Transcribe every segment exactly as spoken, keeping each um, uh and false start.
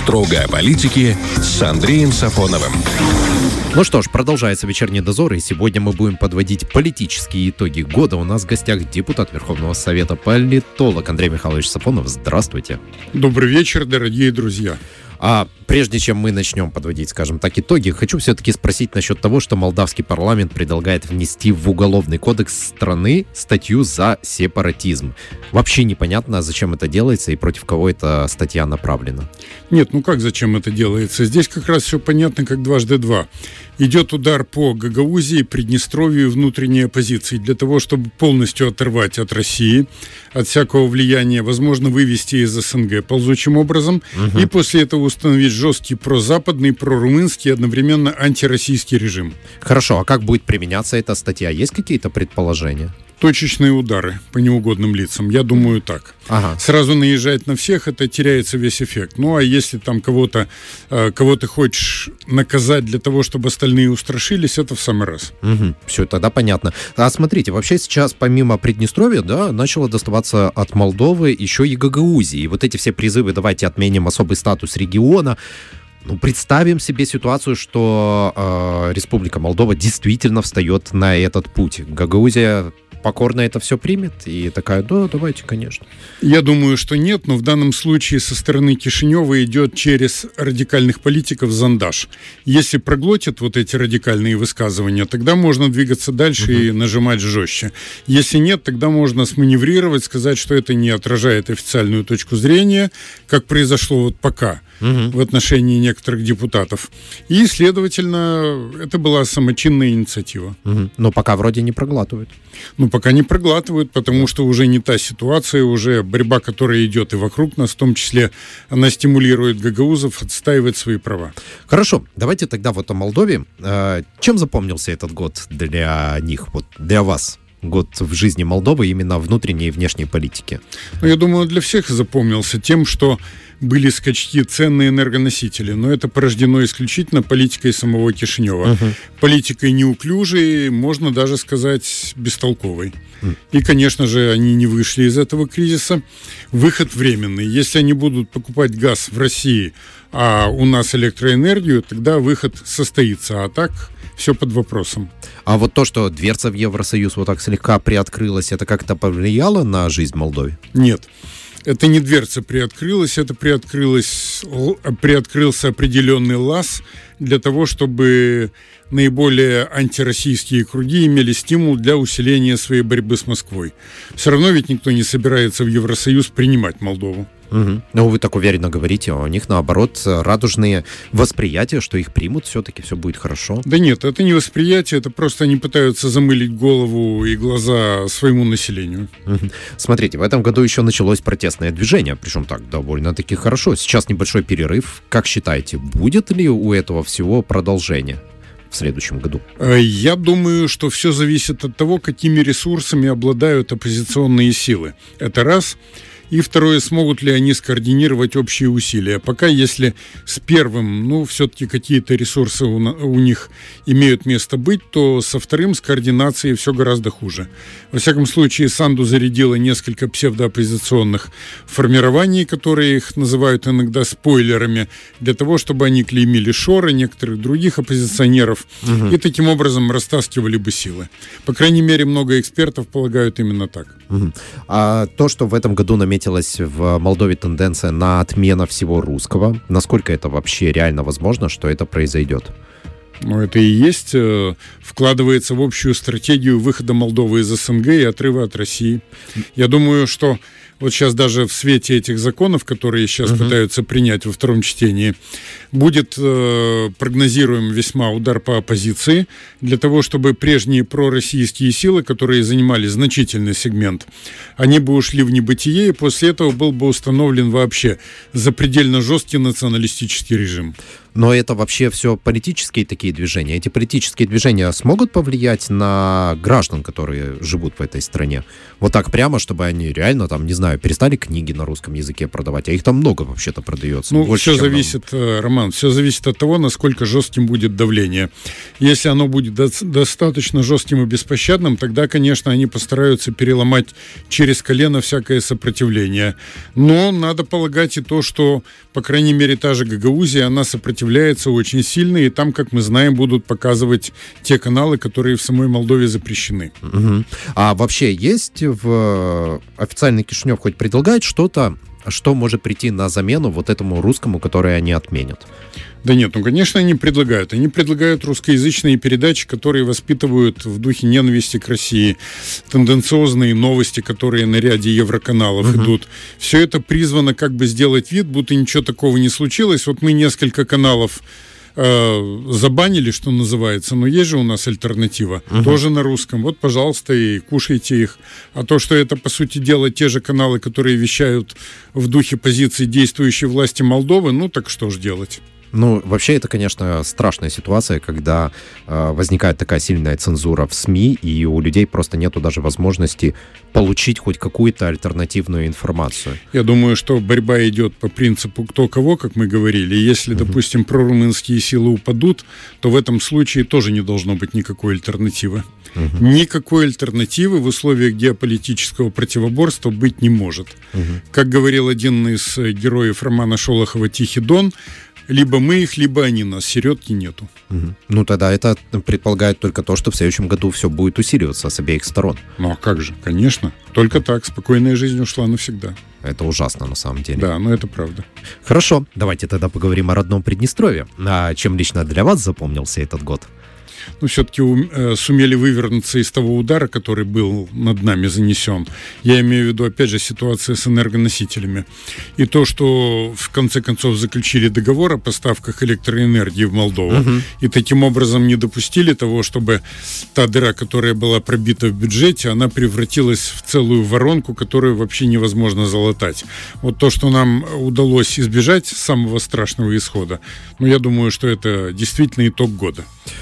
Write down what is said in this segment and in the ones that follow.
Строго о политике с Андреем Сафоновым. Ну что ж, продолжается «Вечерний дозор», и сегодня мы будем подводить политические итоги года. У нас в гостях депутат Верховного Совета, политолог Андрей Михайлович Сафонов. Здравствуйте. Добрый вечер, дорогие друзья. А прежде чем мы начнем подводить, скажем так, итоги, хочу все-таки спросить насчет того, что молдавский парламент предлагает внести в Уголовный кодекс страны статью за сепаратизм. Вообще непонятно, зачем это делается и против кого эта статья направлена. Нет, ну как зачем это делается? Здесь как раз все понятно, как дважды два. Идет удар по Гагаузии, Приднестровью и внутренней оппозиции для того, чтобы полностью оторвать от России, от всякого влияния, возможно, вывести из СНГ ползучим образом, угу. и после этого установить жесткий прозападный, прорумынский, одновременно антироссийский режим. Хорошо, а как будет применяться эта статья? Есть какие-то предположения? Точечные удары по неугодным лицам, я думаю, так. Ага. Сразу наезжать на всех, это теряется весь эффект. Ну, а если там кого-то, кого ты хочешь наказать для того, чтобы остальные устрашились, это в самый раз. Угу. Все, тогда понятно. А смотрите, вообще сейчас помимо Приднестровья, да, начало доставаться от Молдовы еще и Гагаузии. И вот эти все призывы «давайте отменим особый статус региона». Ну, представим себе ситуацию, что э, Республика Молдова действительно встает на этот путь. Гагаузия покорно это все примет и такая: да, давайте, конечно. Я думаю, что нет, но в данном случае со стороны Кишинева идет через радикальных политиков зондаж. Если проглотят вот эти радикальные высказывания, тогда можно двигаться дальше uh-huh. и нажимать жестче. Если нет, тогда можно сманеврировать, сказать, что это не отражает официальную точку зрения, как произошло вот пока. Угу. В отношении некоторых депутатов. И, следовательно, это была самочинная инициатива. Угу. Но пока вроде не проглатывают. Ну, пока не проглатывают, потому что уже не та ситуация, уже борьба, которая идет и вокруг нас, в том числе, она стимулирует гагаузов отстаивать свои права. Хорошо, давайте тогда вот о Молдове. Чем запомнился этот год для них, вот для вас? Год в жизни Молдовы именно внутренней и внешней политики. Ну, я думаю, для всех запомнился тем, что были скачки цен на энергоносители, но это порождено исключительно политикой самого Кишинева. Uh-huh. Политикой неуклюжей, можно даже сказать, бестолковой. Uh-huh. И, конечно же, они не вышли из этого кризиса. Выход временный. Если они будут покупать газ в России, а у нас электроэнергию, тогда выход состоится. А так все под вопросом. А вот то, что дверца в Евросоюз вот так слегка приоткрылась, это как-то повлияло на жизнь Молдовы? Нет. Это не дверца приоткрылась, это приоткрылась, приоткрылся определенный лаз для того, чтобы наиболее антироссийские круги имели стимул для усиления своей борьбы с Москвой. Все равно ведь никто не собирается в Евросоюз принимать Молдову. Угу. Ну, вы так уверенно говорите, а у них, наоборот, радужные восприятия, что их примут, все-таки все будет хорошо. Да нет, это не восприятие, это просто они пытаются замылить голову и глаза своему населению. Угу. Смотрите, в этом году еще началось протестное движение, причем так довольно-таки хорошо. Сейчас небольшой перерыв. Как считаете, будет ли у этого всего продолжение в следующем году? Я думаю, что все зависит от того, какими ресурсами обладают оппозиционные силы. Это раз. И второе, смогут ли они скоординировать общие усилия. Пока, если с первым, ну, все-таки какие-то ресурсы у, у них имеют место быть, то со вторым, с координацией, все гораздо хуже. Во всяком случае, Санду зарядила несколько псевдооппозиционных формирований, которые их называют иногда спойлерами, для того, чтобы они клеймили Шора, некоторых других оппозиционеров, угу. и таким образом растаскивали бы силы. По крайней мере, много экспертов полагают именно так. Угу. А то, что в этом году намечается в Молдове тенденция на отмену всего русского. Насколько это вообще реально возможно, что это произойдет? Ну, это и есть, э, вкладывается в общую стратегию выхода Молдовы из СНГ и отрыва от России. Я думаю, что вот сейчас даже в свете этих законов, которые сейчас uh-huh. пытаются принять во втором чтении, будет, э, прогнозируем весьма, удар по оппозиции, для того, чтобы прежние пророссийские силы, которые занимали значительный сегмент, они бы ушли в небытие, и после этого был бы установлен вообще запредельно жесткий националистический режим. Но это вообще все политические такие движения. Эти политические движения смогут повлиять на граждан, которые живут в этой стране? Вот так прямо, чтобы они реально, там, не знаю, знаю, перестали книги на русском языке продавать, а их там много вообще-то продается. Ну, больше, все зависит, нам... Роман, все зависит от того, насколько жестким будет давление. Если оно будет до- достаточно жестким и беспощадным, тогда, конечно, они постараются переломать через колено всякое сопротивление. Но надо полагать и то, что, по крайней мере, та же Гагаузия, она сопротивляется очень сильно, и там, как мы знаем, будут показывать те каналы, которые в самой Молдове запрещены. Угу. А вообще есть в официальный Кишинев хоть предлагает что-то, что может прийти на замену вот этому русскому, который они отменят? Да нет, ну, конечно, они предлагают. Они предлагают русскоязычные передачи, которые воспитывают в духе ненависти к России, тенденциозные новости, которые на ряде евроканалов uh-huh. идут. Все это призвано как бы сделать вид, будто ничего такого не случилось. Вот мы несколько каналов э, забанили, что называется, но есть же у нас альтернатива, uh-huh. тоже на русском. Вот, пожалуйста, и кушайте их. А то, что это, по сути дела, те же каналы, которые вещают в духе позиции действующей власти Молдовы, ну так что ж делать? Ну, вообще, это, конечно, страшная ситуация, когда э, возникает такая сильная цензура в СМИ, и у людей просто нету даже возможности получить хоть какую-то альтернативную информацию. Я думаю, что борьба идет по принципу кто кого, как мы говорили. Если, uh-huh. допустим, прорумынские силы упадут, то в этом случае тоже не должно быть никакой альтернативы. Uh-huh. Никакой альтернативы в условиях геополитического противоборства быть не может. Uh-huh. Как говорил один из героев романа Шолохова «Тихий Дон», либо мы их, либо они нас. Середки нету. Угу. Ну, тогда это предполагает только то, что в следующем году все будет усиливаться с обеих сторон. Ну, а как же? Конечно. Только так. Спокойная жизнь ушла навсегда. Это ужасно, на самом деле. Да, но это правда. Хорошо. Давайте тогда поговорим о родном Приднестровье. А чем лично для вас запомнился этот год? Ну, все-таки э, сумели вывернуться из того удара, который был над нами занесен. Я имею в виду, опять же, ситуация с энергоносителями. И то, что в конце концов заключили договор о поставках электроэнергии в Молдову. Uh-huh. И таким образом не допустили того, чтобы та дыра, которая была пробита в бюджете, она превратилась в целую воронку, которую вообще невозможно залатать. Вот то, что нам удалось избежать самого страшного исхода, ну, я думаю, что это действительно итог года.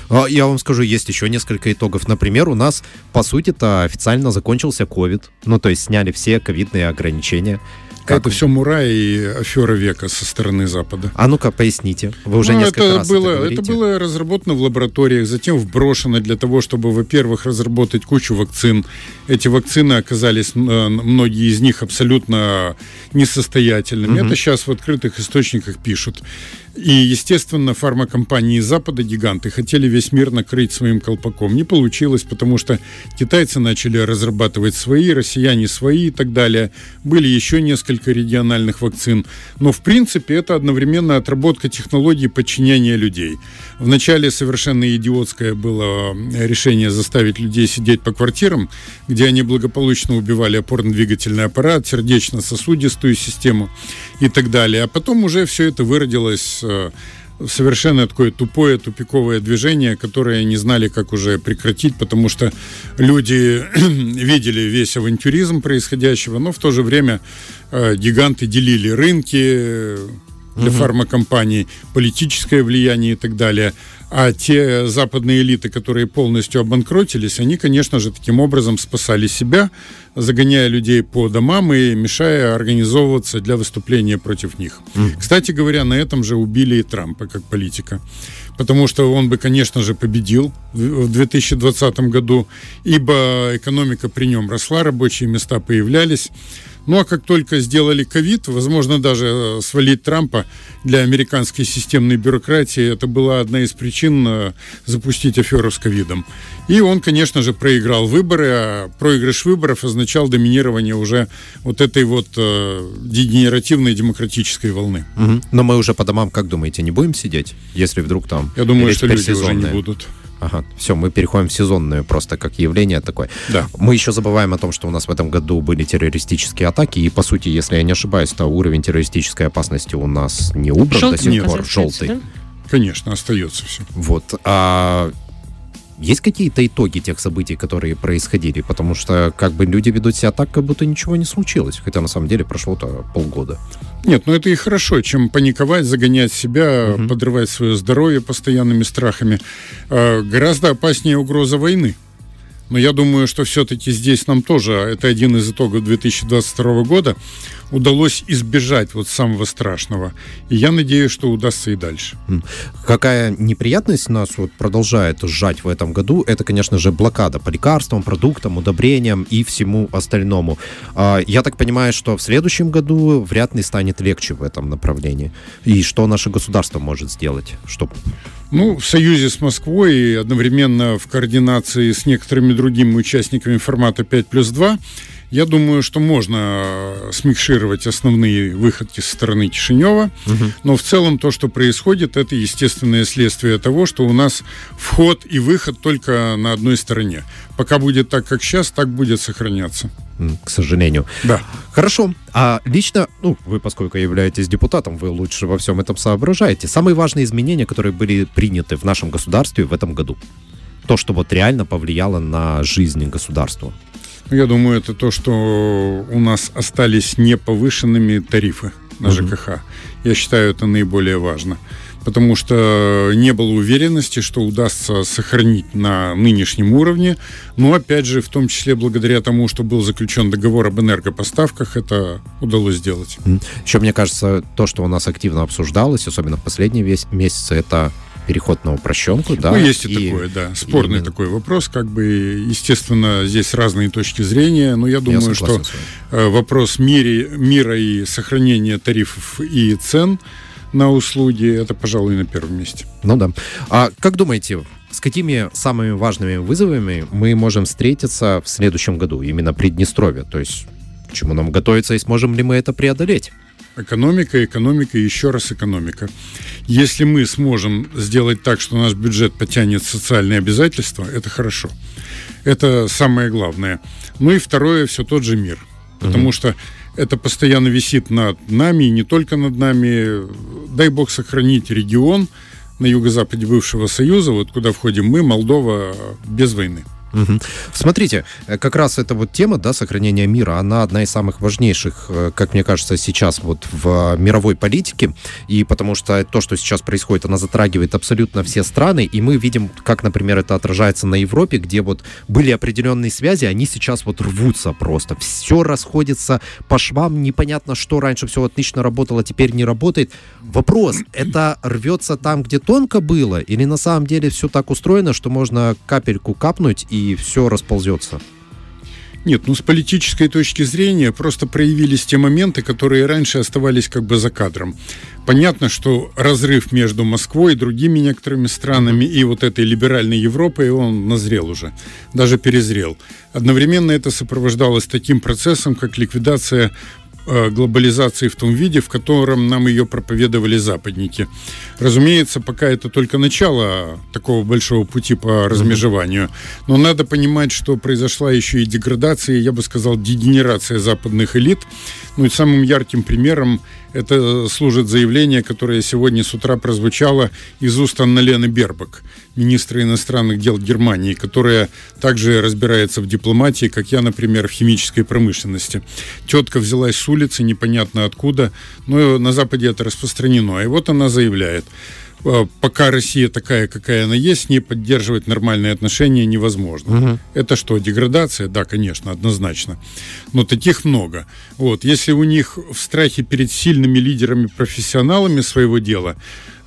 Я вам скажу, есть еще несколько итогов. Например, у нас, по сути-то, официально закончился ковид. Ну, то есть сняли все ковидные ограничения. Как... Это все мура и афера века со стороны Запада. А ну-ка, поясните. Вы уже ну, несколько это раз было, это говорите. Это было разработано в лабораториях, затем вброшено для того, чтобы, во-первых, разработать кучу вакцин. Эти вакцины оказались, многие из них, абсолютно несостоятельными. Угу. Это сейчас в открытых источниках пишут. И, естественно, фармакомпании Запада, гиганты, хотели весь мир накрыть своим колпаком. Не получилось, потому что китайцы начали разрабатывать свои, россияне свои и так далее. Были еще несколько региональных вакцин. Но, в принципе, это одновременно отработка технологий подчинения людей. Вначале совершенно идиотское было решение заставить людей сидеть по квартирам, где они благополучно убивали опорно-двигательный аппарат, сердечно-сосудистую систему и так далее. А потом уже все это выродилось совершенно такое тупое, тупиковое движение, которое не знали, как уже прекратить, потому что люди видели весь авантюризм происходящего, но в то же время э, гиганты делили рынки для угу. фармакомпаний, политическое влияние и так далее. А те западные элиты, которые полностью обанкротились, они, конечно же, таким образом спасали себя, загоняя людей по домам и мешая организовываться для выступления против них. Mm. Кстати говоря, на этом же убили и Трампа как политика. Потому что он бы, конечно же, победил в две тысячи двадцатом году, ибо экономика при нем росла, рабочие места появлялись. Ну, а как только сделали ковид, возможно, даже свалить Трампа для американской системной бюрократии, это была одна из причин запустить аферу с ковидом. И он, конечно же, проиграл выборы, а проигрыш выборов означал доминирование уже вот этой вот э, дегенеративной демократической волны. Угу. Но мы уже по домам, как думаете, не будем сидеть, если вдруг там... Я думаю, что люди уже не будут. Ага, все, мы переходим в сезонную просто как явление такое. Да. Мы еще забываем о том, что у нас в этом году были террористические атаки, и, по сути, если я не ошибаюсь, то уровень террористической опасности у нас не убран желтый, до сих нет, пор. Желтый. Да? Конечно, остается все. Вот. А есть какие-то итоги тех событий, которые происходили? Потому что как бы люди ведут себя так, как будто ничего не случилось. Хотя на самом деле прошло-то полгода. Нет, ну это и хорошо, чем паниковать, загонять себя, угу. подрывать свое здоровье постоянными страхами. Э, гораздо опаснее угроза войны. Но я думаю, что все-таки здесь нам тоже, это один из итогов две тысячи двадцать второго года, удалось избежать вот самого страшного. И я надеюсь, что удастся и дальше. Какая неприятность нас вот продолжает сжать в этом году, это, конечно же, блокада по лекарствам, продуктам, удобрениям и всему остальному. Я так понимаю, что в следующем году вряд ли станет легче в этом направлении. И что наше государство может сделать, чтобы... Ну, в союзе с Москвой и одновременно в координации с некоторыми другими участниками формата пять плюс два, я думаю, что можно смикшировать основные выходки со стороны Кишинева, угу. но в целом то, что происходит, это естественное следствие того, что у нас вход и выход только на одной стороне. Пока будет так, как сейчас, так будет сохраняться. К сожалению. Да. Хорошо. А лично, ну, вы, поскольку являетесь депутатом, вы лучше во всем этом соображаете. Самые важные изменения, которые были приняты в нашем государстве в этом году. То, что вот реально повлияло на жизнь государства. Я думаю, это то, что у нас остались неповышенными тарифы на mm-hmm. ЖКХ. Я считаю, это наиболее важно. Потому что не было уверенности, что удастся сохранить на нынешнем уровне. Но, опять же, в том числе благодаря тому, что был заключен договор об энергопоставках, это удалось сделать. Еще, мне кажется, то, что у нас активно обсуждалось, особенно в последние месяцы, это переход на упрощенку, да? Ну, есть и, и такое, да. Спорный именно... такой вопрос, как бы, естественно, здесь разные точки зрения, но я думаю, я что вопрос мире, мира и сохранения тарифов и цен на услуги, это, пожалуй, на первом месте. Ну да. А как думаете, с какими самыми важными вызовами мы можем встретиться в следующем году, именно Приднестровье? То есть к чему нам готовиться и сможем ли мы это преодолеть? Экономика, экономика и еще раз экономика. Если мы сможем сделать так, что наш бюджет потянет социальные обязательства, это хорошо. Это самое главное. Ну и второе, все тот же мир. Потому mm-hmm. что это постоянно висит над нами, и не только над нами. Дай бог сохранить регион на юго-западе бывшего Союза, вот куда входим мы, Молдова, без войны. Угу. Смотрите, как раз эта вот тема, да, сохранения мира, она одна из самых важнейших, как мне кажется, сейчас вот в мировой политике, и потому что то, что сейчас происходит, она затрагивает абсолютно все страны, и мы видим, как, например, это отражается на Европе, где вот были определенные связи, они сейчас вот рвутся просто, все расходится по швам, непонятно, что раньше все отлично работало, теперь не работает. Вопрос, это рвется там, где тонко было, или на самом деле все так устроено, что можно капельку капнуть и и все расползется? Нет, ну с политической точки зрения просто проявились те моменты, которые раньше оставались как бы за кадром. Понятно, что разрыв между Москвой и другими некоторыми странами и вот этой либеральной Европой, он назрел уже, даже перезрел. Одновременно это сопровождалось таким процессом, как ликвидация глобализации в том виде, в котором нам ее проповедовали западники. Разумеется, пока это только начало такого большого пути по размежеванию, но надо понимать, что произошла еще и деградация, я бы сказал, дегенерация западных элит. Ну и самым ярким примером это служит заявление, которое сегодня с утра прозвучало из уст Анна-Лены Бербак, министра иностранных дел Германии, которая также разбирается в дипломатии, как я, например, в химической промышленности. Тетка взялась с улицы, непонятно откуда, но на Западе это распространено. И вот она заявляет: пока Россия такая, какая она есть, с ней поддерживать нормальные отношения невозможно. Угу. Это что, деградация? Да, конечно, однозначно. Но таких много. Вот. Если у них в страхе перед сильными лидерами-профессионалами своего дела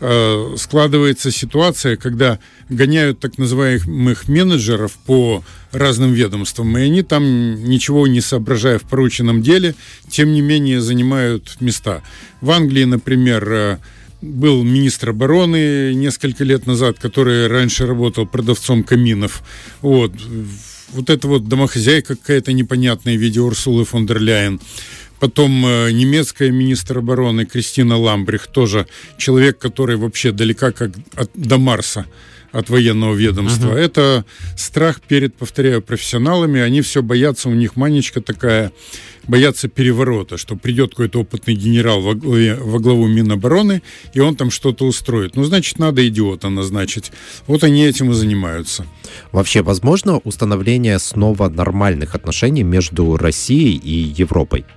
э, складывается ситуация, когда гоняют так называемых менеджеров по разным ведомствам, и они там, ничего не соображая в порученном деле, тем не менее занимают места. В Англии, например, э, был министр обороны несколько лет назад, который раньше работал продавцом каминов. Вот, вот это вот домохозяйка какая-то непонятная в виде Урсулы фон дер Ляйен. Потом э, немецкая министр обороны Кристина Ламбрих, тоже человек, который вообще далека как от, до Марса от военного ведомства. Uh-huh. Это страх перед, повторяю, профессионалами. Они все боятся, у них манечка такая, боятся переворота, что придет какой-то опытный генерал во, главе, во главу Минобороны, и он там что-то устроит. Ну, значит, надо идиота назначить. Вот они этим и занимаются. Вообще, возможно установление снова нормальных отношений между Россией и Европой?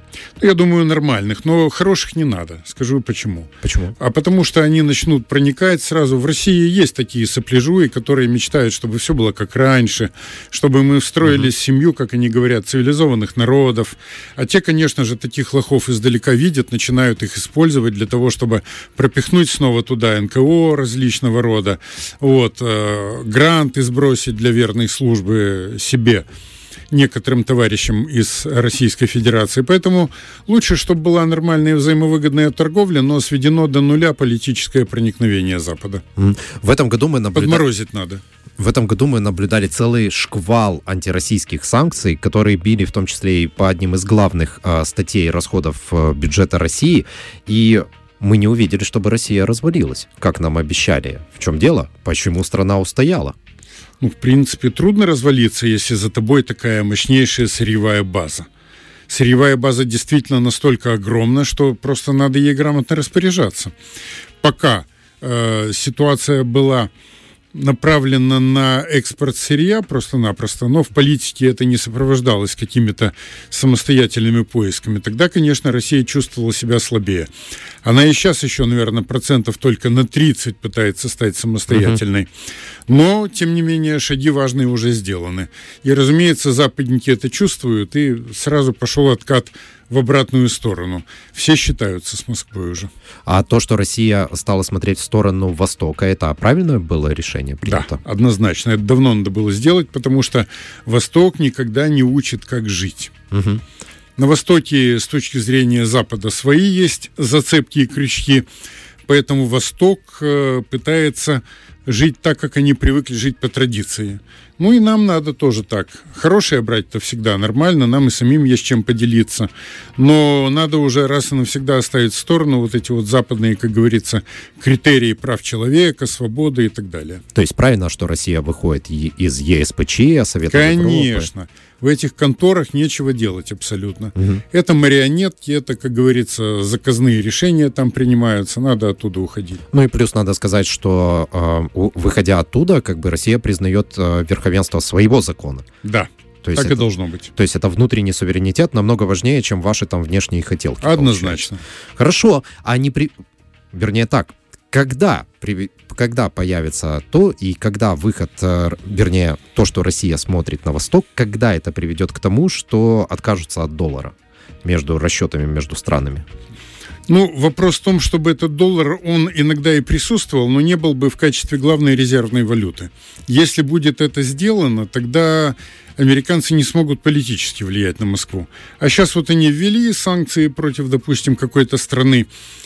Я думаю, нормальных, но хороших не надо. Скажу почему. Почему? А потому что они начнут проникать сразу. В России есть такие сопляжуи, которые мечтают, чтобы все было как раньше, чтобы мы встроились в семью, как они говорят, цивилизованных народов. А те, конечно же, таких лохов издалека видят, начинают их использовать для того, чтобы пропихнуть снова туда эн ка о различного рода, вот, э, гранты сбросить для верной службы себе, некоторым товарищам из Российской Федерации. Поэтому лучше, чтобы была нормальная взаимовыгодная торговля, но сведено до нуля политическое проникновение Запада. В этом году мы наблюдали... Подморозить надо. В этом году мы наблюдали целый шквал антироссийских санкций, которые били в том числе и по одним из главных э, статей расходов э, бюджета России. И мы не увидели, чтобы Россия развалилась, как нам обещали. В чем дело? Почему страна устояла? Ну, в принципе, трудно развалиться, если за тобой такая мощнейшая сырьевая база. Сырьевая база действительно настолько огромна, что просто надо ей грамотно распоряжаться. Пока э, ситуация была направлена на экспорт сырья просто-напросто, но в политике это не сопровождалось какими-то самостоятельными поисками. Тогда, конечно, Россия чувствовала себя слабее. Она и сейчас еще, наверное, процентов только на тридцать пытается стать самостоятельной. Но, тем не менее, шаги важные уже сделаны. И, разумеется, западники это чувствуют, и сразу пошел откат в обратную сторону. Все считаются с Москвой уже. А то, что Россия стала смотреть в сторону Востока, это правильное было решение принято? Да, однозначно. Это давно надо было сделать, потому что Восток никогда не учит, как жить. Угу. На Востоке, с точки зрения Запада, свои есть зацепки и крючки, поэтому Восток э, пытается жить так, как они привыкли жить по традиции. Ну и нам надо тоже так. Хорошее брать-то всегда нормально, нам и самим есть чем поделиться. Но надо уже раз и навсегда оставить в сторону вот эти вот западные, как говорится, критерии прав человека, свободы и так далее. То есть правильно, что Россия выходит из е эс пэ че, Совета Европы? Конечно. В этих конторах нечего делать абсолютно. Угу. Это марионетки, это, как говорится, заказные решения там принимаются, надо оттуда уходить. Ну и плюс надо сказать, что э, выходя оттуда, как бы Россия признает э, верховенство своего закона. Да. То есть так это, и должно быть. То есть это внутренний суверенитет намного важнее, чем ваши там внешние хотелки. Однозначно. Получается. Хорошо, а не при... Вернее так, когда, при... когда появится то, и когда выход, вернее, то, что Россия смотрит на Восток, когда это приведет к тому, что откажутся от доллара между расчетами между странами? Ну, вопрос в том, чтобы этот доллар, он иногда и присутствовал, но не был бы в качестве главной резервной валюты. Если будет это сделано, тогда американцы не смогут политически влиять на Москву. А сейчас вот они ввели санкции против, допустим, какой-то страны,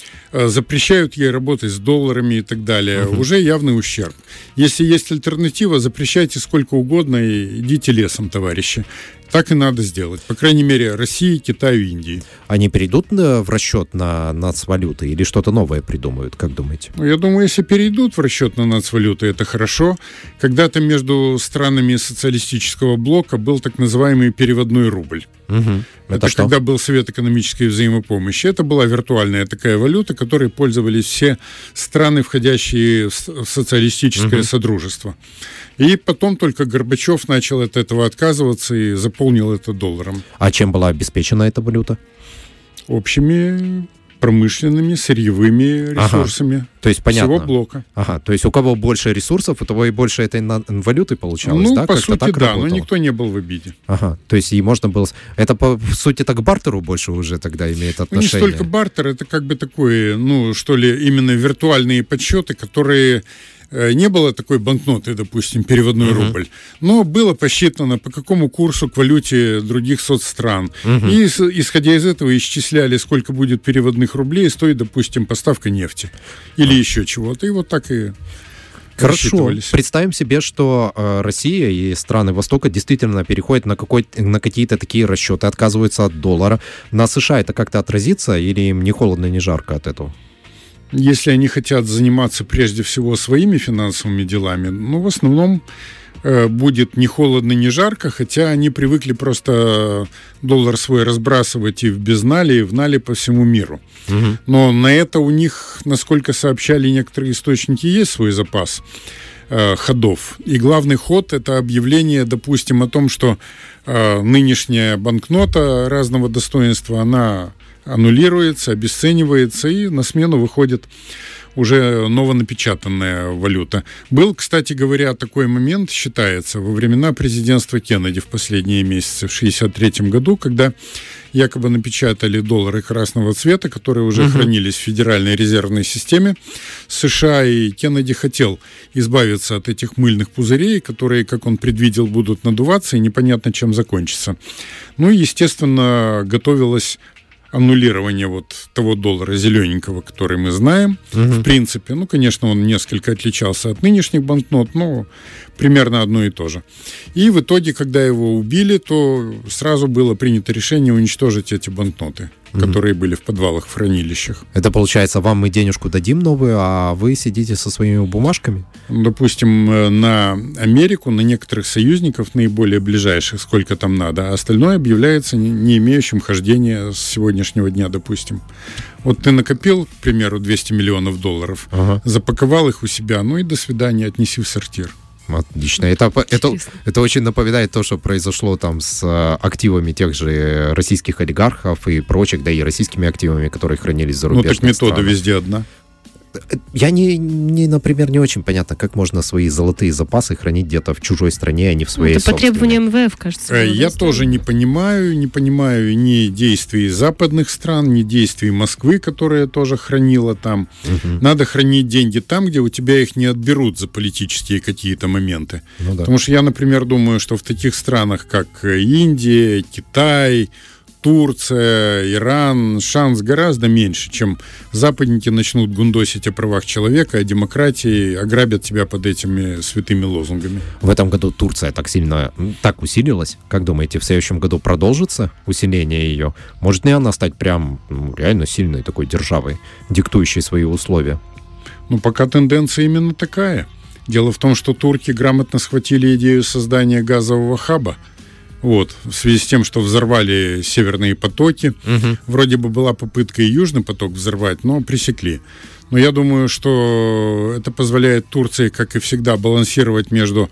запрещают ей работать с долларами и так далее. Uh-huh. Уже явный ущерб. Если есть альтернатива, запрещайте сколько угодно и идите лесом, товарищи. Так и надо сделать. По крайней мере, России, Китаю, Индии. Они перейдут в расчет на нацвалюты или что-то новое придумают, как думаете? Ну, я думаю, если перейдут в расчет на нацвалюты, это хорошо. Когда-то между странами социалистического блока был так называемый переводной рубль. Угу. Это, это когда был Совет экономической взаимопомощи. Это была виртуальная такая валюта, которой пользовались все страны, входящие в социалистическое угу. содружество. И потом только Горбачев начал от этого отказываться и заполнил это долларом. А чем была обеспечена эта валюта? Общими промышленными, сырьевыми ресурсами. Ага. То есть, понятно. Всего блока. Ага. То есть у кого больше ресурсов, у того и больше этой валюты получалось, ну, да? по Как-то сути, так да, работало? но никто не был в обиде. Ага. То есть и можно было... Это, по сути, так к бартеру больше уже тогда имеет отношение? Ну, не столько бартер, это как бы такое, ну, что ли, именно виртуальные подсчеты, которые... Не было такой банкноты, допустим, переводной uh-huh. рубль, но было посчитано, по какому курсу к валюте других соцстран. Uh-huh. И, исходя из этого, исчисляли, сколько будет переводных рублей, стоит, допустим, поставка нефти или uh-huh. еще чего-то. И вот так и Хорошо. Представим себе, что э, Россия и страны Востока действительно переходят на, какой, на какие-то такие расчеты, отказываются от доллара. На США это как-то отразится или им не холодно, не жарко от этого? Если они хотят заниматься прежде всего своими финансовыми делами, ну, в основном э, будет ни холодно, ни жарко, хотя они привыкли просто доллар свой разбрасывать и в безнале, и в нале по всему миру. Угу. Но на это у них, насколько сообщали некоторые источники, есть свой запас. э, ходов. И главный ход – это объявление, допустим, о том, что э, нынешняя банкнота разного достоинства, она аннулируется, обесценивается, и на смену выходит уже новонапечатанная валюта. Был, кстати говоря, такой момент, считается, во времена президентства Кеннеди в последние месяцы, в шестьдесят третьем году, когда якобы напечатали доллары красного цвета, которые уже uh-huh. хранились в Федеральной резервной системе США, и Кеннеди хотел избавиться от этих мыльных пузырей, которые, как он предвидел, будут надуваться, и непонятно, чем закончится. Ну и, естественно, готовилось аннулирование вот того доллара зелененького, который мы знаем, угу. в принципе. Ну, конечно, он несколько отличался от нынешних банкнот, но примерно одно и то же. И в итоге, когда его убили, то сразу было принято решение уничтожить эти банкноты, угу. которые были в подвалах, в хранилищах. Это получается, вам мы денежку дадим новую, а вы сидите со своими бумажками? Допустим, на Америку, на некоторых союзников, наиболее ближайших, сколько там надо, а остальное объявляется не имеющим хождения с сегодняшнего дня, допустим. Вот ты накопил, к примеру, двести миллионов долларов, ага. запаковал их у себя, ну и до свидания, отнеси в сортир. Отлично. Это, это, это очень напоминает то, что произошло там с активами тех же российских олигархов и прочих, да и российскими активами, которые хранились за рубежными Ну так метода странами. Везде одна. Я, не, не, например, не очень понятно, как можно свои золотые запасы хранить где-то в чужой стране, а не в своей собственной. Это по требованиям эм вэ эф, кажется. Я тоже не понимаю, не понимаю ни действий западных стран, ни действий Москвы, которая тоже хранила там. Угу. Надо хранить деньги там, где у тебя их не отберут за политические какие-то моменты. Ну, да. Потому что я, например, думаю, что в таких странах, как Индия, Китай, Турция, Иран, шанс гораздо меньше, чем западники начнут гундосить о правах человека, о демократии, ограбят тебя под этими святыми лозунгами. В этом году Турция так сильно, так усилилась. Как думаете, в следующем году продолжится усиление ее? Может ли она стать прям ну, реально сильной такой державой, диктующей свои условия? Ну, пока тенденция именно такая. Дело в том, что турки грамотно схватили идею создания газового хаба. Вот, в связи с тем, что взорвали северные потоки. Угу. Вроде бы была попытка и южный поток взорвать, но пресекли. Но я думаю, что это позволяет Турции, как и всегда, балансировать между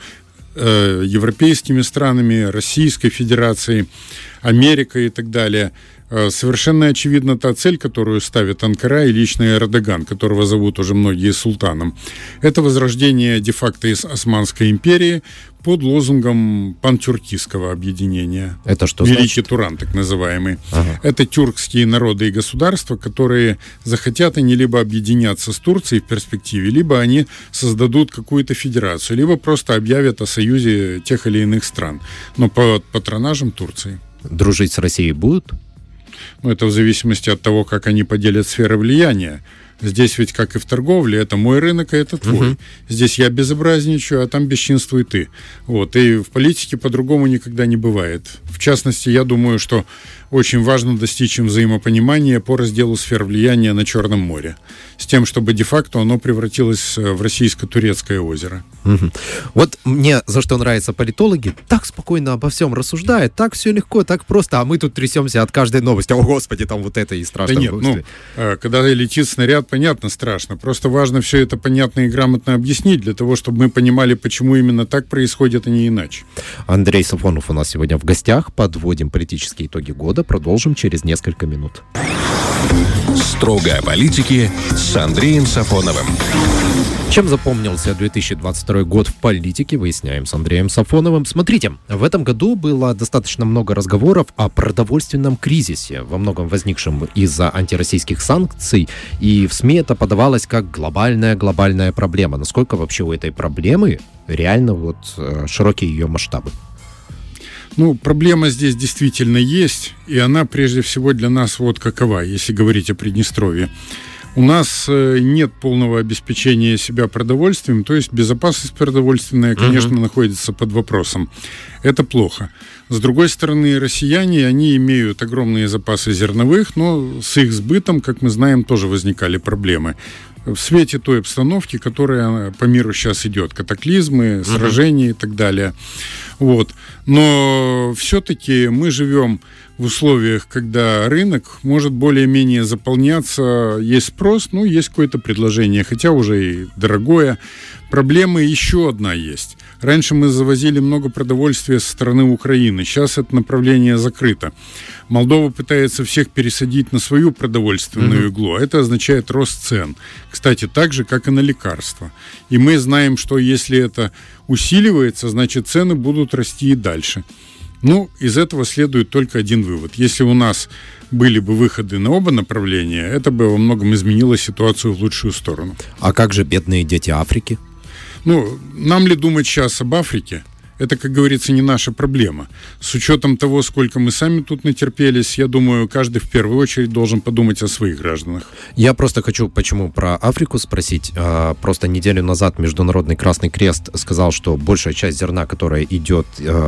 э, европейскими странами, Российской Федерацией, Америкой и так далее. Совершенно очевидна та цель, которую ставит Анкара и лично Эрдоган, которого зовут уже многие султаном. Это возрождение де-факто из Османской империи под лозунгом пантюркистского объединения. Это что значит? Великий Туран, так называемый. Ага. Это тюркские народы и государства, которые захотят они либо объединяться с Турцией в перспективе, либо они создадут какую-то федерацию, либо просто объявят о союзе тех или иных стран, но под патронажем Турции. Дружить с Россией будут? Ну, это в зависимости от того, как они поделят сферы влияния. Здесь ведь, как и в торговле, это мой рынок, а это твой. Uh-huh. Здесь я безобразничаю, а там бесчинствуй ты. Вот. И в политике по-другому никогда не бывает. В частности, я думаю, что очень важно достичь им взаимопонимания по разделу сфер влияния на Черном море. С тем, чтобы де-факто оно превратилось в российско-турецкое озеро. Угу. Вот мне за что нравятся политологи, так спокойно обо всем рассуждают, так все легко, так просто, а мы тут трясемся от каждой новости. О, Господи, там вот это и страшно. Да нет, ну, когда летит снаряд, понятно, страшно. Просто важно все это понятно и грамотно объяснить, для того, чтобы мы понимали, почему именно так происходит, а не иначе. Андрей Сафонов у нас сегодня в гостях. Подводим политические итоги года. Продолжим через несколько минут. Строго о политике с Андреем Сафоновым. Чем запомнился две тысячи двадцать второй год в политике, выясняем с Андреем Сафоновым. Смотрите, в этом году было достаточно много разговоров о продовольственном кризисе, во многом возникшем из-за антироссийских санкций, и в СМИ это подавалось как глобальная-глобальная проблема. Насколько вообще у этой проблемы реально вот широкие ее масштабы? Ну, проблема здесь действительно есть, и она прежде всего для нас вот какова, если говорить о Приднестровье. У нас нет полного обеспечения себя продовольствием, то есть безопасность продовольственная, конечно, uh-huh. находится под вопросом. Это плохо. С другой стороны, россияне, они имеют огромные запасы зерновых, но с их сбытом, как мы знаем, тоже возникали проблемы. В свете той обстановки, которая по миру сейчас идет, катаклизмы, сражения uh-huh. и так далее. Вот. Но все-таки мы живем в условиях, когда рынок может более-менее заполняться, есть спрос, ну, есть какое-то предложение, хотя уже и дорогое. Проблема еще одна есть. Раньше мы завозили много продовольствия со стороны Украины. Сейчас это направление закрыто. Молдова пытается всех пересадить на свою продовольственную mm-hmm. иглу. Это означает рост цен. Кстати, так же, как и на лекарства. И мы знаем, что если это усиливается, значит, цены будут расти и дальше. Ну, из этого следует только один вывод. Если у нас были бы выходы на оба направления, это бы во многом изменило ситуацию в лучшую сторону. А как же бедные дети Африки? Ну, нам ли думать сейчас об Африке? Это, как говорится, не наша проблема. С учетом того, сколько мы сами тут натерпелись, я думаю, каждый в первую очередь должен подумать о своих гражданах. Я просто хочу, почему про Африку спросить. Просто неделю назад Международный Красный Крест сказал, что большая часть зерна, которая идет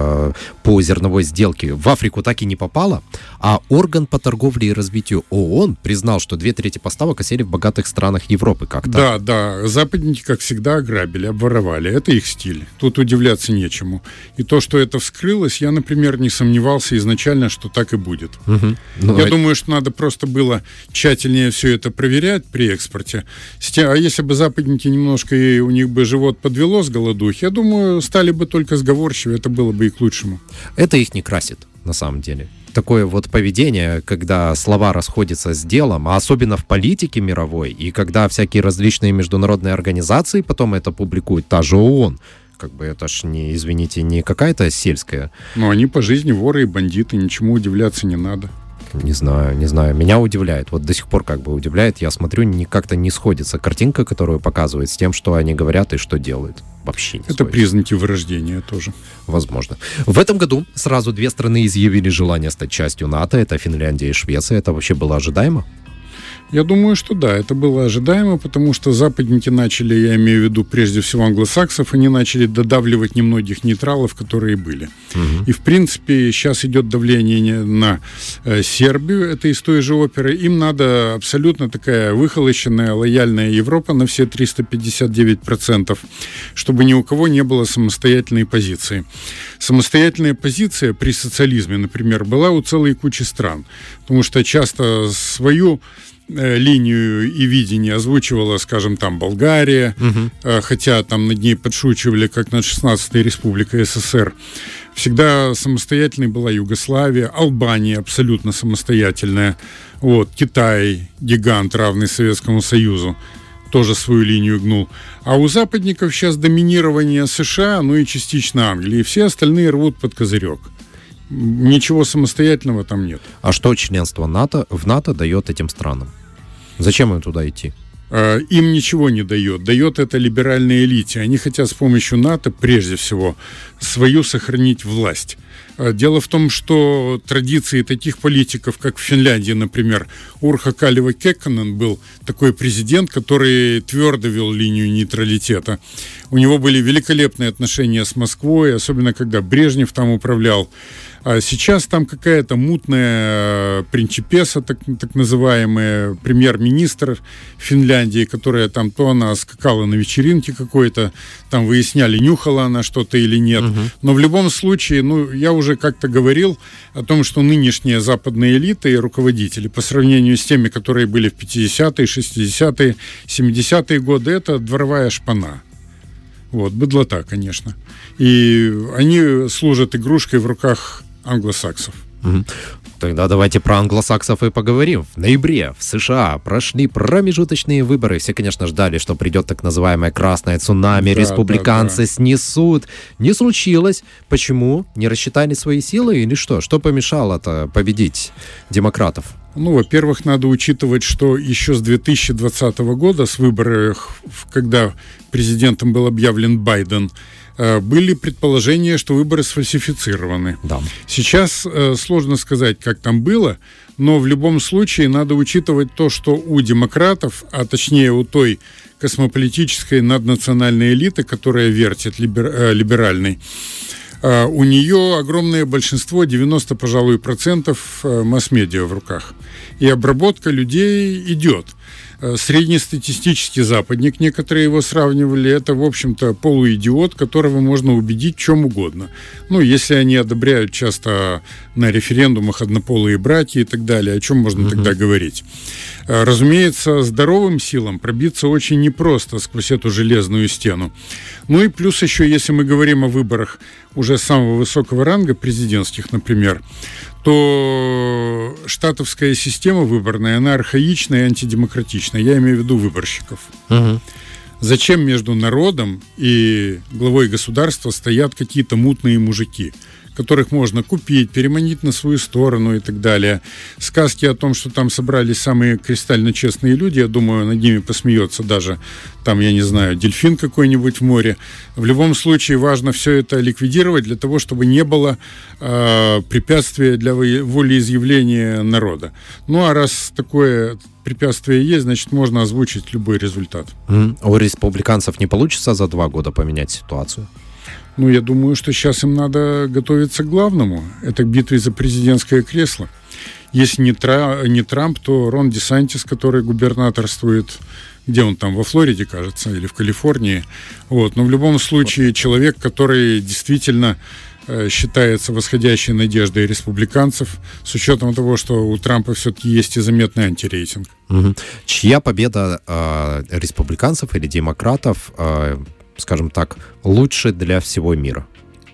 по зерновой сделке, в Африку так и не попала, а орган по торговле и развитию ООН признал, что две трети поставок осели в богатых странах Европы как-то. Да, да, западники, как всегда, ограбили, обворовали. Это их стиль. Тут удивляться нечему. И то, что это вскрылось, я, например, не сомневался изначально, что так и будет. Угу. Ну, я а... думаю, что надо просто было тщательнее все это проверять при экспорте. А если бы западники немножко, и у них бы живот подвело с голодухи, я думаю, стали бы только сговорчивее, это было бы и к лучшему. Это их не красит, на самом деле. Такое вот поведение, когда слова расходятся с делом, а особенно в политике мировой, и когда всякие различные международные организации потом это публикуют, та же ООН, как бы это ж не, извините, не какая-то сельская. Но они по жизни воры и бандиты, ничему удивляться не надо. Не знаю, не знаю. Меня удивляет. Вот до сих пор как бы удивляет. Я смотрю, не, как-то не сходится картинка, которую показывают, с тем, что они говорят и что делают. Вообще не Это сходится. признаки вырождения тоже. Возможно. В этом году сразу две страны изъявили желание стать частью НАТО. Это Финляндия и Швеция. Это вообще было ожидаемо? Я думаю, что да, это было ожидаемо, потому что западники начали, я имею в виду прежде всего англосаксов, они начали додавливать немногих нейтралов, которые были. Угу. И, в принципе, сейчас идет давление на э, Сербию, это из той же оперы. Им надо абсолютно такая выхолощенная, лояльная Европа на все триста пятьдесят девять процентов, чтобы ни у кого не было самостоятельной позиции. Самостоятельная позиция при социализме, например, была у целой кучи стран, потому что часто свою линию и видение озвучивала, скажем, там Болгария, угу. хотя там над ней подшучивали, как над шестнадцатой республикой СССР. Всегда самостоятельной была Югославия, Албания абсолютно самостоятельная, вот, Китай, гигант, равный Советскому Союзу, тоже свою линию гнул. А у западников сейчас доминирование США, ну и частично Англии, и все остальные рвут под козырек. Ничего самостоятельного там нет. А что членство НАТО в НАТО дает этим странам? Зачем им туда идти? Им ничего не дает. Дает это либеральной элите. Они хотят с помощью НАТО, прежде всего, свою сохранить власть. Дело в том, что традиции таких политиков, как в Финляндии, например, Урха Калева Кекконен был такой президент, который твердо вел линию нейтралитета. У него были великолепные отношения с Москвой, особенно когда Брежнев там управлял. А сейчас там какая-то мутная принчипеса, так, так называемая, премьер-министр Финляндии, которая там то она скакала на вечеринке какой-то, там выясняли, нюхала она что-то или нет. Угу. Но в любом случае, ну, я уже как-то говорил о том, что нынешняя западная элита и руководители по сравнению с теми, которые были в пятидесятые, шестидесятые, семидесятые годы, это дворовая шпана. Вот, быдлота, конечно. И они служат игрушкой в руках англосаксов. Угу. Тогда давайте про англосаксов и поговорим. В ноябре в США прошли промежуточные выборы. Все, конечно, ждали, что придет так называемое красное цунами, да, республиканцы да, да. снесут. Не случилось. Почему? Не рассчитали свои силы или что? Что помешало-то победить демократов? Ну, во-первых, надо учитывать, что еще с две тысячи двадцатого года, с выборов, когда президентом был объявлен Байден, были предположения, что выборы сфальсифицированы. Да. Сейчас э, сложно сказать, как там было, но в любом случае надо учитывать то, что у демократов, а точнее у той космополитической наднациональной элиты, которая вертит либер, э, либеральной, э, у нее огромное большинство, девяносто, пожалуй, процентов масс-медиа в руках. И обработка людей идет. Среднестатистический западник, некоторые его сравнивали, это, в общем-то, полуидиот, которого можно убедить в чем угодно. Ну, если они одобряют часто на референдумах однополые браки и так далее, о чем можно mm-hmm. тогда говорить? Разумеется, здоровым силам пробиться очень непросто сквозь эту железную стену. Ну и плюс еще, если мы говорим о выборах уже самого высокого ранга, президентских, например, то штатовская система выборная, она архаична и антидемократична. Я имею в виду выборщиков. Угу. Зачем между народом и главой государства стоят какие-то мутные мужики, которых можно купить, переманить на свою сторону и так далее. Сказки о том, что там собрались самые кристально честные люди, я думаю, над ними посмеется даже, там, я не знаю, дельфин какой-нибудь в море. В любом случае важно все это ликвидировать для того, чтобы не было э, препятствия для волеизъявления народа. Ну, а раз такое препятствие есть, значит, можно озвучить любой результат. Mm. У республиканцев не получится за два года поменять ситуацию? Ну, я думаю, что сейчас им надо готовиться к главному. Это к битве за президентское кресло. Если не, Тра- не Трамп, то Рон Десантис, который губернаторствует, где он там, во Флориде, кажется, или в Калифорнии. Вот. Но в любом случае человек, который действительно э, считается восходящей надеждой республиканцев, с учетом того, что у Трампа все-таки есть и заметный антирейтинг. Угу. Чья победа э, республиканцев или демократов, э, скажем так, лучше для всего мира?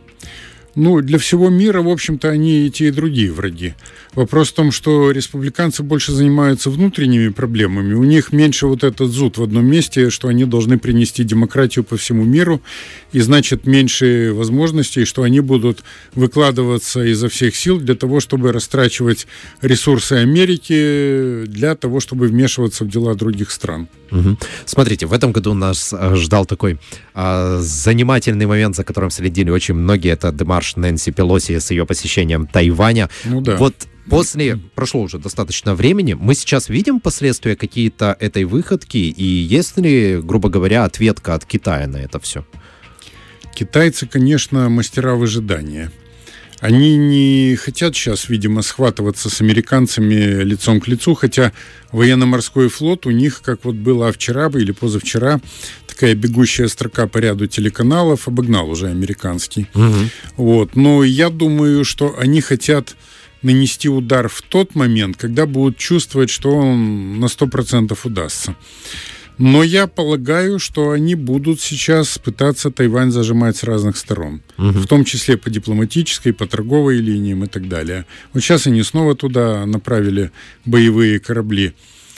Ну, для всего мира, в общем-то, они и те, и другие враги. Вопрос в том, что республиканцы больше занимаются внутренними проблемами. У них меньше вот этот зуд в одном месте, что они должны принести демократию по всему миру, и, значит, меньше возможностей, что они будут выкладываться изо всех сил для того, чтобы растрачивать ресурсы Америки, для того, чтобы вмешиваться в дела других стран. Угу. Смотрите, в этом году нас ждал такой а, занимательный момент, за которым следили очень многие. Это демарш Нэнси Пелоси с ее посещением Тайваня. Ну да. Вот после, прошло уже достаточно времени, мы сейчас видим последствия какие-то этой выходки, и есть ли, грубо говоря, ответка от Китая на это все? Китайцы, конечно, мастера выжидания. Они не хотят сейчас, видимо, схватываться с американцами лицом к лицу, хотя военно-морской флот у них, как вот было вчера или позавчера, такая бегущая строка по ряду телеканалов, обогнал уже американский. Угу. Вот. Но я думаю, что они хотят нанести удар в тот момент, когда будут чувствовать, что он на сто процентов удастся. Но я полагаю, что они будут сейчас пытаться Тайвань зажимать с разных сторон. Угу. В том числе по дипломатической, по торговой линиям и так далее. Вот сейчас они снова туда направили боевые корабли.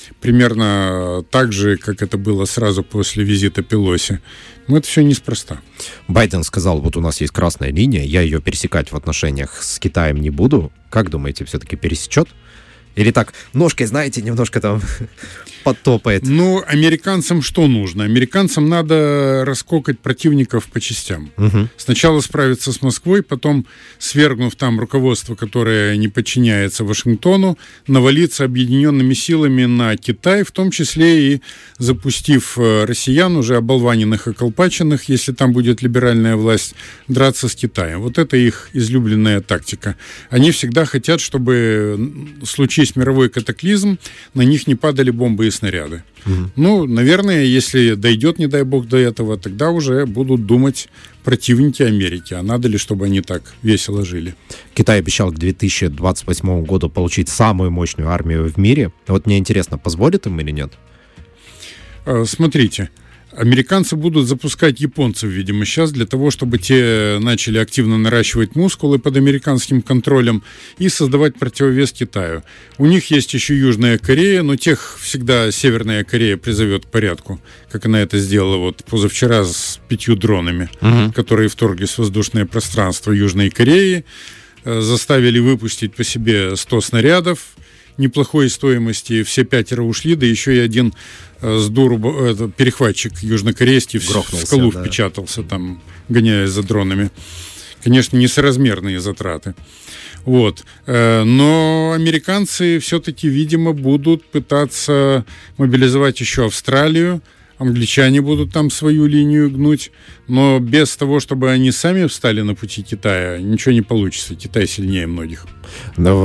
Примерно так же, как это было сразу после визита Пелоси. Но это все неспроста. Байден сказал, вот у нас есть красная линия, я ее пересекать в отношениях с Китаем не буду. Как думаете, все-таки пересечет? Или так, ножкой, знаете, немножко там подтопает? Ну, американцам что нужно? Американцам надо раскокать противников по частям. Угу. Сначала справиться с Москвой, потом, свергнув там руководство, которое не подчиняется Вашингтону, навалиться объединенными силами на Китай, в том числе и запустив россиян, уже оболваненных и колпаченных, если там будет либеральная власть, драться с Китаем. Вот это их излюбленная тактика. Они всегда хотят, чтобы случись мировой катаклизм, на них не падали бомбы и снаряды. Угу. Ну, наверное, если дойдет, не дай бог, до этого, тогда уже будут думать противники Америки, а надо ли, чтобы они так весело жили. Китай обещал к две тысячи двадцать восьмому году получить самую мощную армию в мире. Вот мне интересно, позволит им или нет? Смотрите, американцы будут запускать японцев, видимо, сейчас для того, чтобы те начали активно наращивать мускулы под американским контролем и создавать противовес Китаю. У них есть еще Южная Корея, но тех всегда Северная Корея призовет к порядку, как она это сделала вот позавчера с пятью дронами, угу. которые вторглись в воздушное пространство Южной Кореи, заставили выпустить по себе сто снарядов неплохой стоимости, все пятеро ушли, да еще и один э, с дуру э, перехватчик южнокорейский в, в скалу да. впечатался, там, гоняясь за дронами. Конечно, несоразмерные затраты. Вот. Э, но американцы все-таки, видимо, будут пытаться мобилизовать еще Австралию, англичане будут там свою линию гнуть, но без того, чтобы они сами встали на пути Китая, ничего не получится. Китай сильнее многих. Но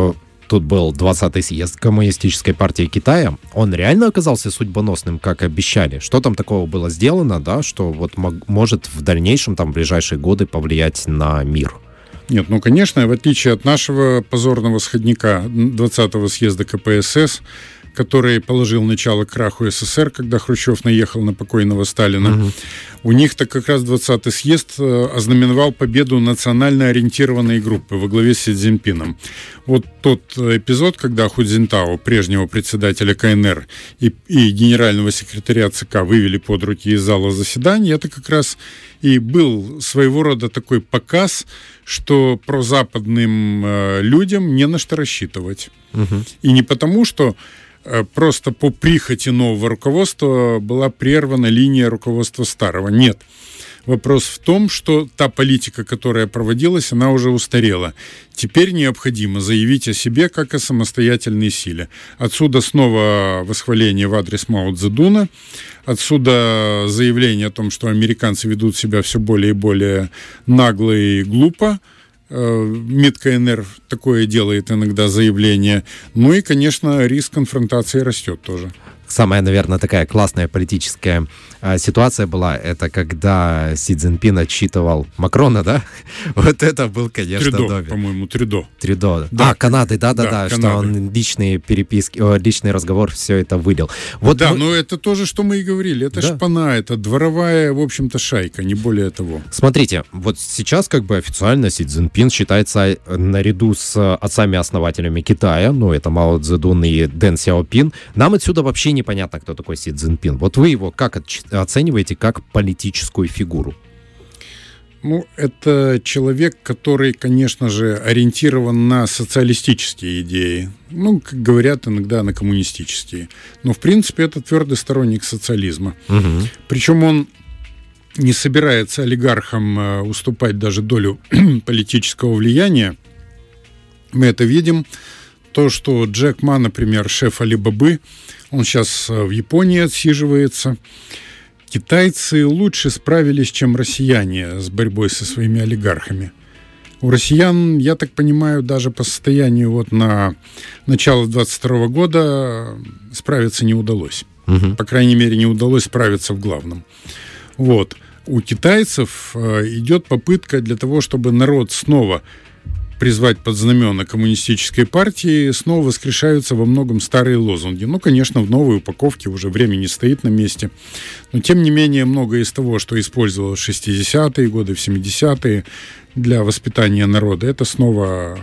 тут был двадцатый съезд Коммунистической партии Китая. Он реально оказался судьбоносным, как обещали? Что там такого было сделано, да, что вот мог, может в дальнейшем, там, в ближайшие годы повлиять на мир? Нет, ну, конечно, в отличие от нашего позорного сходника двадцатого съезда ка пэ эс эс, который положил начало краху эс эс эр, когда Хрущев наехал на покойного Сталина. Угу. У них-то как раз двадцатый съезд ознаменовал победу национально ориентированной группы во главе с Си Цзиньпином. Вот тот эпизод, когда Ху Цзиньтао, прежнего председателя ка эн эр, и, и генерального секретаря ЦК вывели под руки из зала заседаний, это как раз и был своего рода такой показ, что прозападным э, людям не на что рассчитывать. Угу. И не потому, что просто по прихоти нового руководства была прервана линия руководства старого. Нет. Вопрос в том, что та политика, которая проводилась, она уже устарела. Теперь необходимо заявить о себе как о самостоятельной силе. Отсюда снова восхваление в адрес Мао Цзэдуна. Отсюда заявление о том, что американцы ведут себя все более и более нагло и глупо. МИД ка эн эр такое делает иногда заявление. Ну и, конечно, риск конфронтации растет тоже. Самая, наверное, такая классная политическая а, ситуация была, это когда Си Цзиньпин отчитывал Макрона, да? Вот это был, конечно, Трюдо, новик. по-моему, Трюдо. Трюдо. Да. А, Канады, да-да-да, что он личные переписки, о, личный разговор, все это вылил. Вот да, мы... но это тоже, что мы и говорили, это да. шпана, это дворовая, в общем-то, шайка, не более того. Смотрите, вот сейчас как бы официально Си Цзиньпин считается наряду с отцами-основателями Китая, ну, это Мао Цзэдун и Дэн Сяопин. Нам отсюда вообще непонятно, кто такой Си Цзиньпин. Вот вы его как оцениваете как политическую фигуру? Ну, это человек, который, конечно же, ориентирован на социалистические идеи. Ну, как говорят иногда, на коммунистические. Но, в принципе, это твердый сторонник социализма. Угу. Причем он не собирается олигархам уступать даже долю политического влияния. Мы это видим. То, что Джек Ма, например, шеф Алибабы, он сейчас в Японии отсиживается. Китайцы лучше справились, чем россияне с борьбой со своими олигархами. У россиян, я так понимаю, даже по состоянию вот на начало двадцать второго года справиться не удалось. Угу. По крайней мере, не удалось справиться в главном. Вот. У китайцев идет попытка для того, чтобы народ снова призвать под знамена коммунистической партии, снова воскрешаются во многом старые лозунги. Ну, конечно, в новой упаковке уже время не стоит на месте. Но, тем не менее, многое из того, что использовалось в шестидесятые годы, в семидесятые для воспитания народа, это снова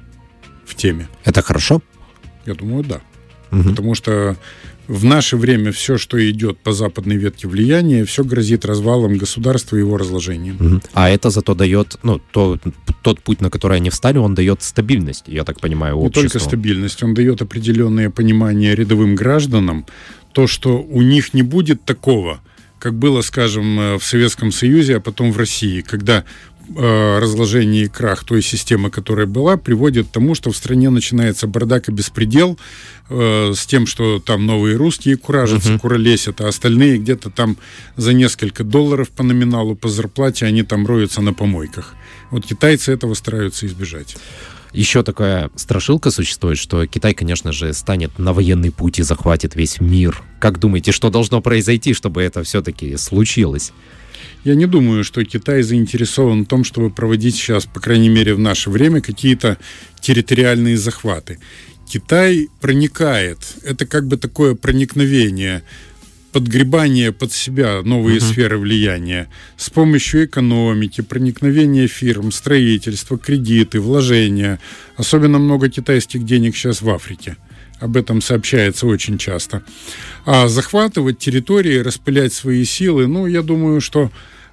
в теме. Это хорошо? Я думаю, да. Угу. Потому что в наше время все, что идет по западной ветке влияния, все грозит развалом государства и его разложением. Угу. А это зато дает, ну, то, тот путь, на который они встали, он дает стабильность, я так понимаю, обществу. Не только стабильность, он дает определенное понимание рядовым гражданам, то, что у них не будет такого, как было, скажем, в Советском Союзе, а потом в России, когда разложение и крах той системы, которая была, приводит к тому, что в стране начинается бардак и беспредел э, с тем, что там новые русские куражатся, uh-huh. куролесят, а остальные где-то там за несколько долларов по номиналу, по зарплате, они там роются на помойках. Вот китайцы этого стараются избежать. Еще такая страшилка существует, что Китай, конечно же, станет на военный путь и захватит весь мир. Как думаете, что должно произойти, чтобы это все-таки случилось? Я не думаю, что Китай заинтересован в том, чтобы проводить сейчас, по крайней мере в наше время, какие-то территориальные захваты. Китай проникает. Это как бы такое проникновение, подгребание под себя новые uh-huh. сферы влияния с помощью экономики, проникновения фирм, строительства, кредиты, вложения. Особенно много китайских денег сейчас в Африке. Об этом сообщается очень часто. А захватывать территории, распылять свои силы, ну, я думаю, что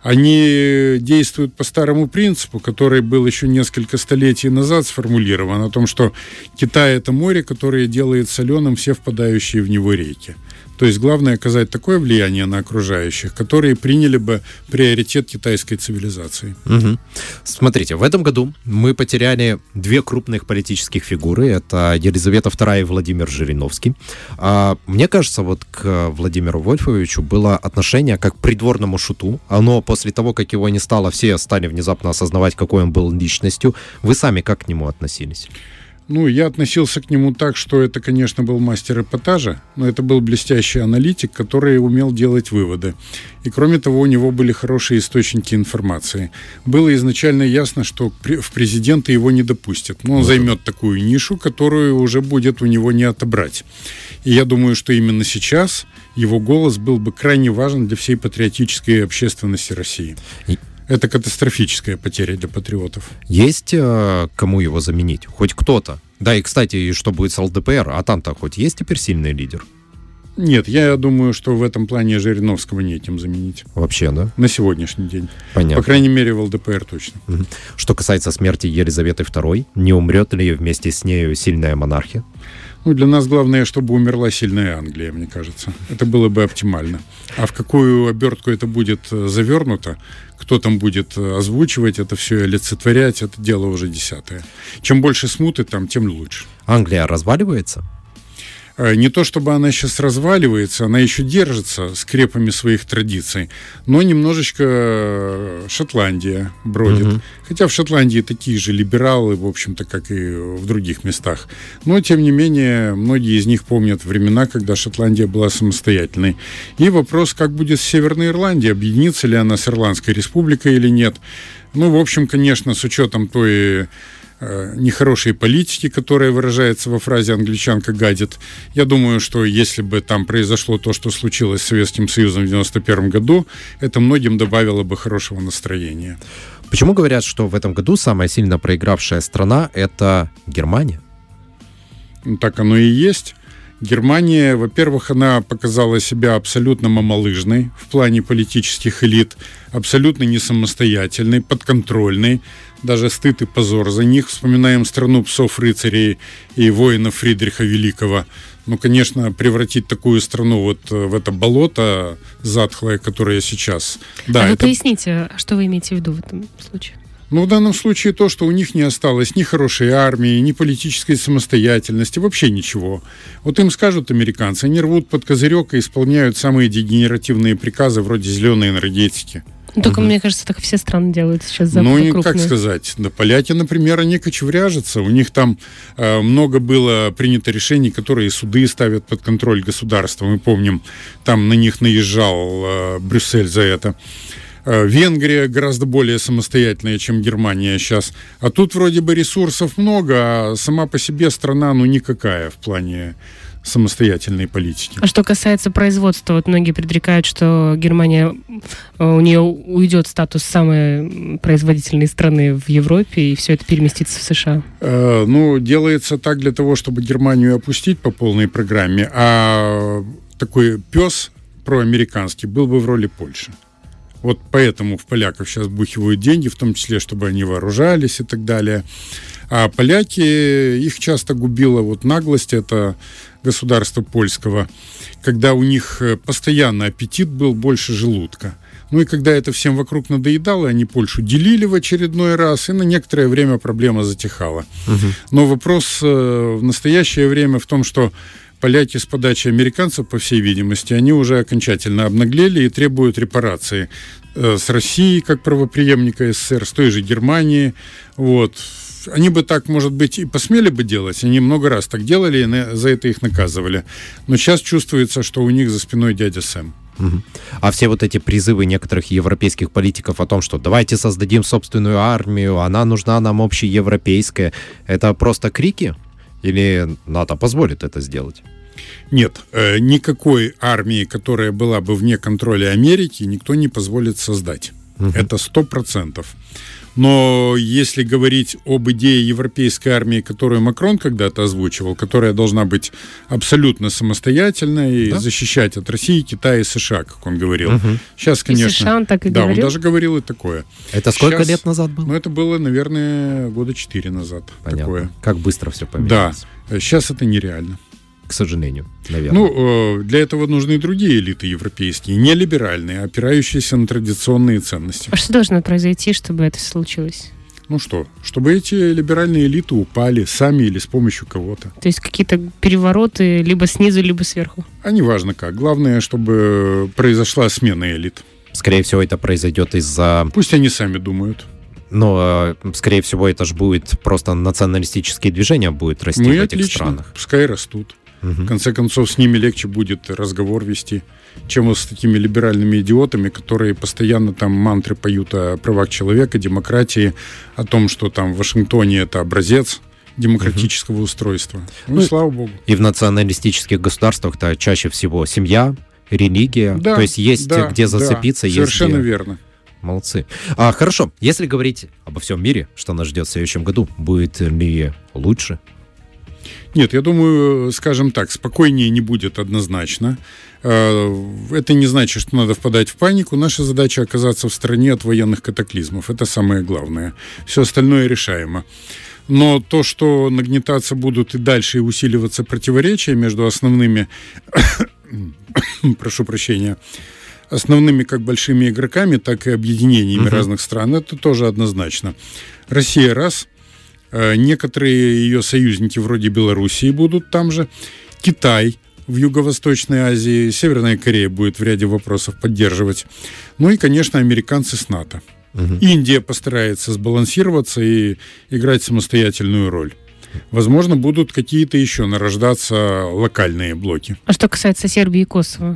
они действуют по старому принципу, который был еще несколько столетий назад сформулирован, о том, что Китай – это море, которое делает соленым все впадающие в него реки. То есть главное оказать такое влияние на окружающих, которые приняли бы приоритет китайской цивилизации. Угу. Смотрите, в этом году мы потеряли две крупных политических фигуры. Это Елизавета вторая и Владимир Жириновский. А, мне кажется, вот к Владимиру Вольфовичу было отношение как к придворному шуту. Оно после того, как его не стало, все стали внезапно осознавать, какой он был личностью. Вы сами как к нему относились? Ну, я относился к нему так, что это, конечно, был мастер эпатажа, но это был блестящий аналитик, который умел делать выводы. И, кроме того, у него были хорошие источники информации. Было изначально ясно, что в президенты его не допустят. Но он займет такую нишу, которую уже будет у него не отобрать. И я думаю, что именно сейчас его голос был бы крайне важен для всей патриотической общественности России. Это катастрофическая потеря для патриотов. Есть э, кому его заменить? Хоть кто-то? Да, и, кстати, и что будет с ЛДПР? А там-то хоть есть теперь сильный лидер? Нет, я думаю, что в этом плане Жириновского неким заменить. Вообще, да? На сегодняшний день. Понятно. По крайней мере, в ЛДПР точно. Угу. Что касается смерти Елизаветы второй, не умрет ли вместе с нею сильная монархия? Ну, для нас главное, чтобы умерла сильная Англия, мне кажется. Это было бы оптимально. А в какую обертку это будет завернуто, кто там будет озвучивать это все и олицетворять, это дело уже десятое. Чем больше смуты там, тем лучше. Англия разваливается? Не то чтобы она сейчас разваливается, она еще держится скрепами своих традиций, но немножечко Шотландия бродит. Угу. Хотя в Шотландии такие же либералы, в общем-то, как и в других местах. Но, тем не менее, многие из них помнят времена, когда Шотландия была самостоятельной. И вопрос, как будет с Северной Ирландией, объединится ли она с Ирландской республикой или нет. Ну, в общем, конечно, с учетом той нехорошей политики, которая выражается во фразе «англичанка гадит». Я думаю, что если бы там произошло то, что случилось с Советским Союзом в девяносто первом году, это многим добавило бы хорошего настроения. Почему говорят, что в этом году самая сильно проигравшая страна – это Германия? Ну, так оно и есть. Германия, во-первых, она показала себя абсолютно мамалыжной в плане политических элит, абсолютно не самостоятельной, подконтрольной. Даже стыд и позор за них. Вспоминаем страну псов-рыцарей и воинов Фридриха Великого. Ну, конечно, превратить такую страну вот в это болото затхлое, которое сейчас... Да, а вы это... поясните, что вы имеете в виду в этом случае? Ну, в данном случае то, что у них не осталось ни хорошей армии, ни политической самостоятельности, вообще ничего. Вот им скажут американцы, они рвут под козырек и исполняют самые дегенеративные приказы вроде зеленой энергетики. Только, угу. мне кажется, так все страны делают сейчас западные Ну, крупные. как сказать, да, поляки, например, они кочевряжутся. У них там э, много было принято решений, которые суды ставят под контроль государства. Мы помним, там на них наезжал э, Брюссель за это. Э, Венгрия гораздо более самостоятельная, чем Германия сейчас. А тут вроде бы ресурсов много, а сама по себе страна, ну, никакая в плане самостоятельной политики. А что касается производства, вот многие предрекают, что Германия, у нее уйдет статус самой производительной страны в Европе, и все это переместится в США. Э, ну, делается так для того, чтобы Германию опустить по полной программе, а такой пес проамериканский был бы в роли Польши. Вот поэтому в поляков сейчас бухивают деньги, в том числе, чтобы они вооружались и так далее. А поляки, их часто губила вот наглость, это государства польского, когда у них постоянно аппетит был больше желудка. Ну и когда это всем вокруг надоедало, они Польшу делили в очередной раз, и на некоторое время проблема затихала. Угу. Но вопрос э, в настоящее время в том, что поляки с подачи американцев, по всей видимости, они уже окончательно обнаглели и требуют репарации э, с Россией, как правопреемника СССР, с той же Германии. Вот. Они бы так, может быть, и посмели бы делать. Они много раз так делали, и за это их наказывали. Но сейчас чувствуется, что у них за спиной дядя Сэм. Угу. А все вот эти призывы некоторых европейских политиков о том, что давайте создадим собственную армию, она нужна нам общеевропейская, это просто крики? Или НАТО позволит это сделать? Нет, э, никакой армии, которая была бы вне контроля Америки, никто не позволит создать. Угу. Это сто процентов. Но если говорить об идее европейской армии, которую Макрон когда-то озвучивал, которая должна быть абсолютно самостоятельной и да? защищать от России, Китая и США, как он говорил. Угу. Сейчас, конечно... И США он так и да, говорил? он даже говорил и такое. Это сколько Сейчас, лет назад было? Ну, это было, наверное, года четыре назад. Понятно. Такое. Как быстро все поменялось. Да, сейчас это нереально. К сожалению, наверное. Ну, для этого нужны другие элиты европейские, не либеральные, опирающиеся на традиционные ценности. А что должно произойти, чтобы это случилось? Ну что, чтобы эти либеральные элиты упали сами или с помощью кого-то. То есть какие-то перевороты либо снизу, либо сверху? А неважно как. Главное, чтобы произошла смена элит. Скорее всего, это произойдет из-за... Пусть они сами думают. Но, скорее всего, это же будет просто националистические движения будут расти ну в этих отлично. странах. Пускай растут. Угу. В конце концов, с ними легче будет разговор вести, чем вот с такими либеральными идиотами, которые постоянно там мантры поют о правах человека, демократии, о том, что там в Вашингтоне это образец демократического угу. устройства. Ну, ну, слава богу. И в националистических государствах-то чаще всего семья, религия. Да, то есть есть да, где зацепиться. Да, есть совершенно где... верно. Молодцы. А, хорошо, если говорить обо всем мире, что нас ждет в следующем году, будет ли лучше? Нет, я думаю, скажем так, спокойнее не будет однозначно. Это не значит, что надо впадать в панику. Наша задача оказаться в стороне от военных катаклизмов. Это самое главное. Все остальное решаемо. Но то, что нагнетаться будут и дальше и усиливаться противоречия между основными, прошу прощения, основными как большими игроками, так и объединениями uh-huh. разных стран, это тоже однозначно. Россия раз, некоторые ее союзники вроде Белоруссии будут там же, Китай в Юго-Восточной Азии, Северная Корея будет в ряде вопросов поддерживать, ну и, конечно, американцы с НАТО. Uh-huh. Индия постарается сбалансироваться и играть самостоятельную роль. Возможно, будут какие-то еще нарождаться локальные блоки. А что касается Сербии и Косово?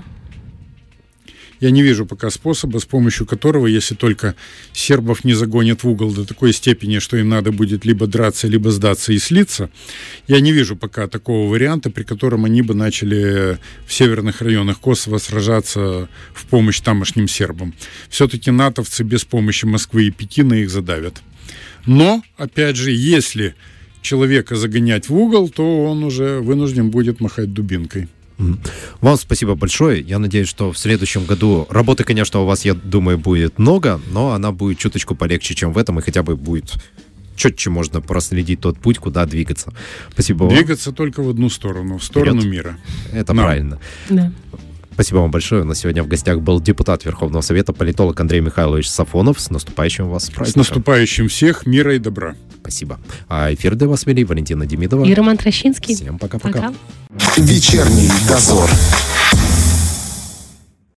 Я не вижу пока способа, с помощью которого, если только сербов не загонят в угол до такой степени, что им надо будет либо драться, либо сдаться и слиться, я не вижу пока такого варианта, при котором они бы начали в северных районах Косово сражаться в помощь тамошним сербам. Все-таки натовцы без помощи Москвы и Пекина их задавят. Но, опять же, если человека загонять в угол, то он уже вынужден будет махать дубинкой. Вам спасибо большое. Я надеюсь, что в следующем году работы, конечно, у вас, я думаю, будет много, но она будет чуточку полегче, чем в этом, и хотя бы будет четче можно проследить тот путь, куда двигаться. Спасибо вам. Двигаться только в одну сторону, в сторону Вперед. Мира. Это Нам. правильно. Да. Спасибо вам большое. У нас сегодня в гостях был депутат Верховного Совета, политолог Андрей Михайлович Сафонов. С наступающим вас праздником. С наступающим всех, мира и добра. Спасибо. А эфир для вас вели Валентина Демидова и Роман Трощинский. Всем пока-пока. Пока. Вечерний дозор.